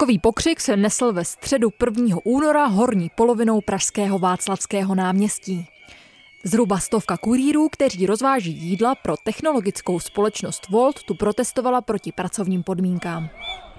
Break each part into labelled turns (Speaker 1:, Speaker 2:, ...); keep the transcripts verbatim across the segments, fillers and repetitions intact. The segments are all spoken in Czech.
Speaker 1: Nový pokřik se nesl ve středu prvního února horní polovinou pražského Václavského náměstí. Zhruba stovka kurýrů, kteří rozváží jídla pro technologickou společnost Wolt, tu protestovala proti pracovním podmínkám.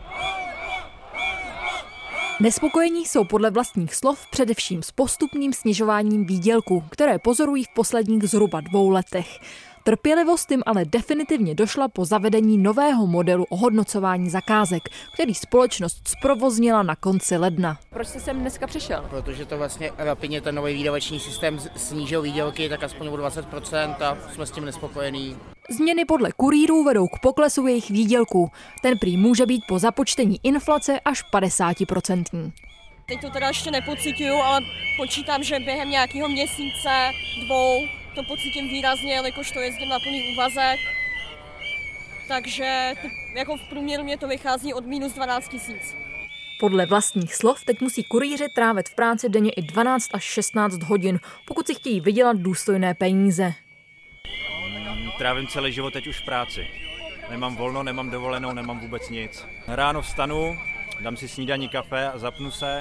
Speaker 1: Nespokojení jsou podle vlastních slov především s postupným snižováním výdělků, které pozorují v posledních zhruba dvou letech. Trpělivost jim ale definitivně došla po zavedení nového modelu ohodnocování zakázek, který společnost zprovoznila na konci ledna. Proč jste sem dneska přišel?
Speaker 2: Protože to vlastně rapidně ten nový výdavační systém snížil výdělky tak aspoň o dvacet procent a jsme s tím nespokojení.
Speaker 1: Změny podle kurýrů vedou k poklesu jejich výdělků. Ten prý může být po započtení inflace až padesát procent.
Speaker 3: Teď to teda ještě nepociťuju, ale počítám, že během nějakého měsíce, dvou, to pocítím výrazně, jelikož to jezdím na plný úvazek. Takže jako v průměru mě to vychází od minus dvanáct tisíc.
Speaker 1: Podle vlastních slov teď musí kurýři trávit v práci denně i dvanáct až šestnáct hodin, pokud si chtějí vydělat důstojné peníze.
Speaker 4: Trávím celý život teď už v práci. Nemám volno, nemám dovolenou, nemám vůbec nic. Ráno vstanu, dám si snídaní, kafe a zapnu se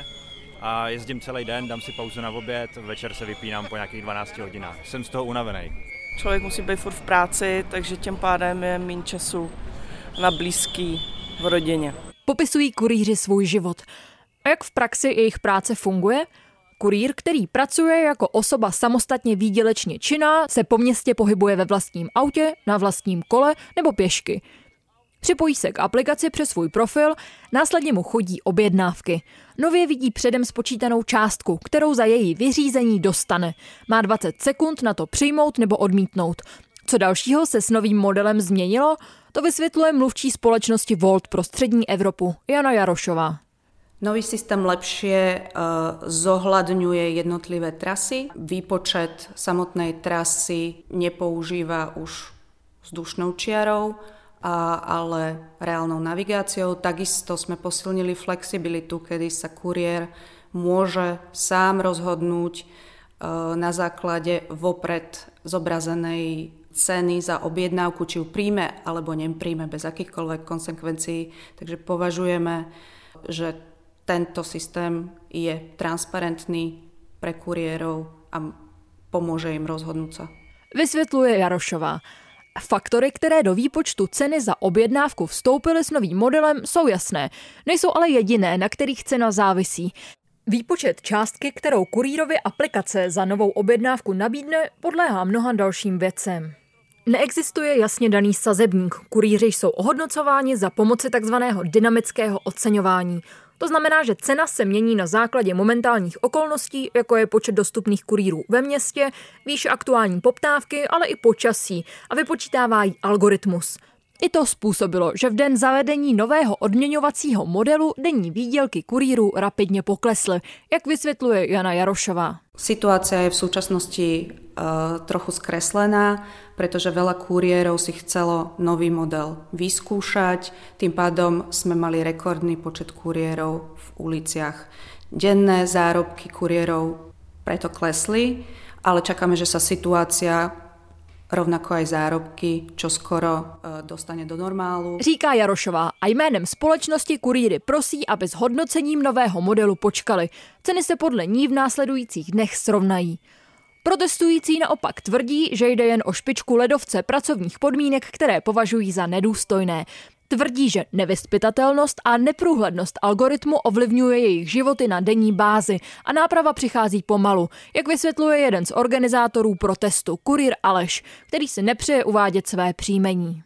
Speaker 4: a jezdím celý den, dám si pauzu na oběd, večer se vypínám po nějakých dvanácti hodinách. Jsem z toho unavený.
Speaker 5: Člověk musí být furt v práci, takže tím pádem je méně času na blízký v rodině.
Speaker 1: Popisují kurýři svůj život. A jak v praxi jejich práce funguje? Kurýr, který pracuje jako osoba samostatně výdělečně činná, se po městě pohybuje ve vlastním autě, na vlastním kole nebo pěšky. Připojí se k aplikaci přes svůj profil, následně mu chodí objednávky. Nově vidí předem spočítanou částku, kterou za její vyřízení dostane. Má dvacet sekund na to přijmout nebo odmítnout. Co dalšího se s novým modelem změnilo, to vysvětluje mluvčí společnosti Wolt pro střední Evropu Jana Jarošová.
Speaker 6: Nový systém lepšie uh, zohľadňuje jednotlivé trasy. Výpočet samotnej trasy nepoužíva už vzdušnou čiarou, a, ale reálnou navigáciou. Takisto sme posilnili flexibilitu, kedy sa kuriér môže sám rozhodnúť uh, na základe vopred zobrazenej ceny za objednávku, či ju príjme alebo nepríjme bez akýchkoľvek konsekvencií. Takže považujeme, že tento systém je transparentný pre kuriérov a pomôže im rozhodnúť sa.
Speaker 1: Vysvětluje Jarošová. Faktory, které do výpočtu ceny za objednávku vstoupily s novým modelem, jsou jasné. Nejsou ale jediné, na kterých cena závisí. Výpočet částky, kterou kurýrově aplikace za novou objednávku nabídne, podléhá mnoha dalším věcem. Neexistuje jasně daný sazebník. Kurýři jsou ohodnocováni za pomoci takzvaného dynamického oceňování. To znamená, že cena se mění na základě momentálních okolností, jako je počet dostupných kurýrů ve městě, výše aktuální poptávky, ale i počasí a vypočítává jí algoritmus. I to způsobilo, že v den zavedení nového odměňovacího modelu denní výdělky kurýrů rapidně poklesly, jak vysvětluje Jana Jarošová.
Speaker 6: Situácia je v súčasnosti uh, trochu skreslená, pretože veľa kuriérov si chcelo nový model vyskúšať. Tým pádom sme mali rekordný počet kuriérov v uliciach. Denné zárobky kuriérov preto klesli, ale čakáme, že sa situácia rovnako aj zárobky čoskoro dostane do normálu.
Speaker 1: Říká Jarošová a jménem společnosti kurýry prosí, aby s hodnocením nového modelu počkali. Ceny se podle ní v následujících dnech srovnají. Protestující naopak tvrdí, že jde jen o špičku ledovce pracovních podmínek, které považují za nedůstojné. Tvrdí, že nevyzpytatelnost a neprůhlednost algoritmu ovlivňuje jejich životy na denní bázi a náprava přichází pomalu, jak vysvětluje jeden z organizátorů protestu, kurýr Aleš, který si nepřeje uvádět své příjmení.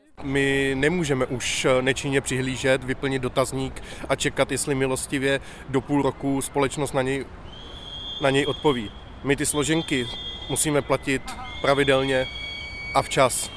Speaker 7: My nemůžeme už nečinně přihlížet, vyplnit dotazník a čekat, jestli milostivě do půl roku společnost na něj, na něj odpoví. My ty složenky musíme platit pravidelně a včas.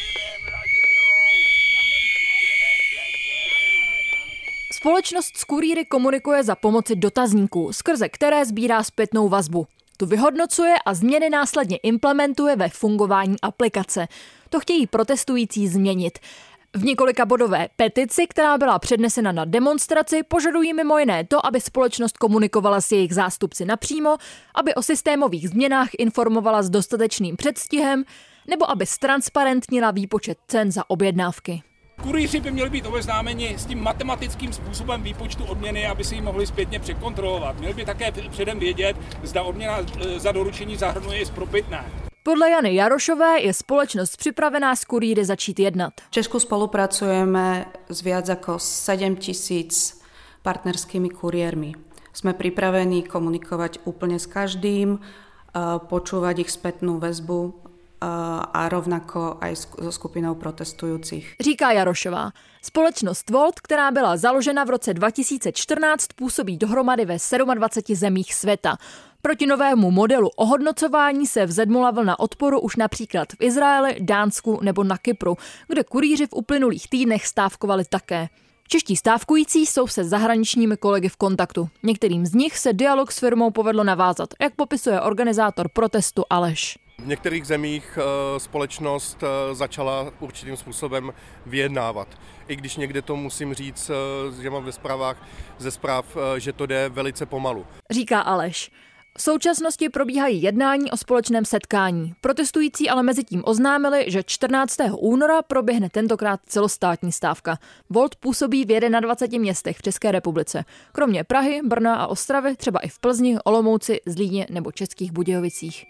Speaker 1: Společnost s kurýry komunikuje za pomoci dotazníků, skrze které sbírá zpětnou vazbu. Tu vyhodnocuje a změny následně implementuje ve fungování aplikace. To chtějí protestující změnit. V několika bodové petici, která byla přednesena na demonstraci, požadují mimo jiné to, aby společnost komunikovala s jejich zástupci napřímo, aby o systémových změnách informovala s dostatečným předstihem, nebo aby ztransparentnila výpočet cen za objednávky.
Speaker 8: Kurýři by měli být obeznámeni s tím matematickým způsobem výpočtu odměny, aby si ji mohli zpětně překontrolovat. Měli by také předem vědět, zda odměna za doručení zahrnuje i spropitné.
Speaker 1: Podle Jany Jarošové je společnost připravená s kurýry začít jednat.
Speaker 6: V Česku spolupracujeme s viac ako sedem tisíc partnerskými kuriérmi. Sme pripravení komunikovať úplne s každým, počúvať ich spätnú väzbu a rovnako aj so skupinou protestujúcich.
Speaker 1: Říká Jarošová. Společnost Volt, která byla založena v roce dva tisíce čtrnáct, působí dohromady ve dvaceti sedmi zemích světa. Proti novému modelu ohodnocování se vzedmula vlna odporu už například v Izraeli, Dánsku nebo na Kypru, kde kurýři v uplynulých týdnech stávkovali také. Čeští stávkující jsou se zahraničními kolegy v kontaktu. Některým z nich se dialog s firmou povedlo navázat, jak popisuje organizátor protestu Aleš.
Speaker 7: V některých zemích společnost začala určitým způsobem vyjednávat. I když někde to musím říct, že mám ve zprávách ze zpráv, že to jde velice pomalu.
Speaker 1: Říká Aleš. V současnosti probíhají jednání o společném setkání. Protestující ale mezitím oznámili, že čtrnáctého února proběhne tentokrát celostátní stávka. Volt působí v dvaceti jedné městech v České republice. Kromě Prahy, Brna a Ostravy třeba i v Plzni, Olomouci, Zlíně nebo Českých Budějovicích.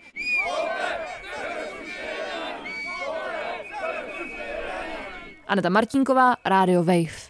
Speaker 1: Aneta Martinková, Rádio Wave.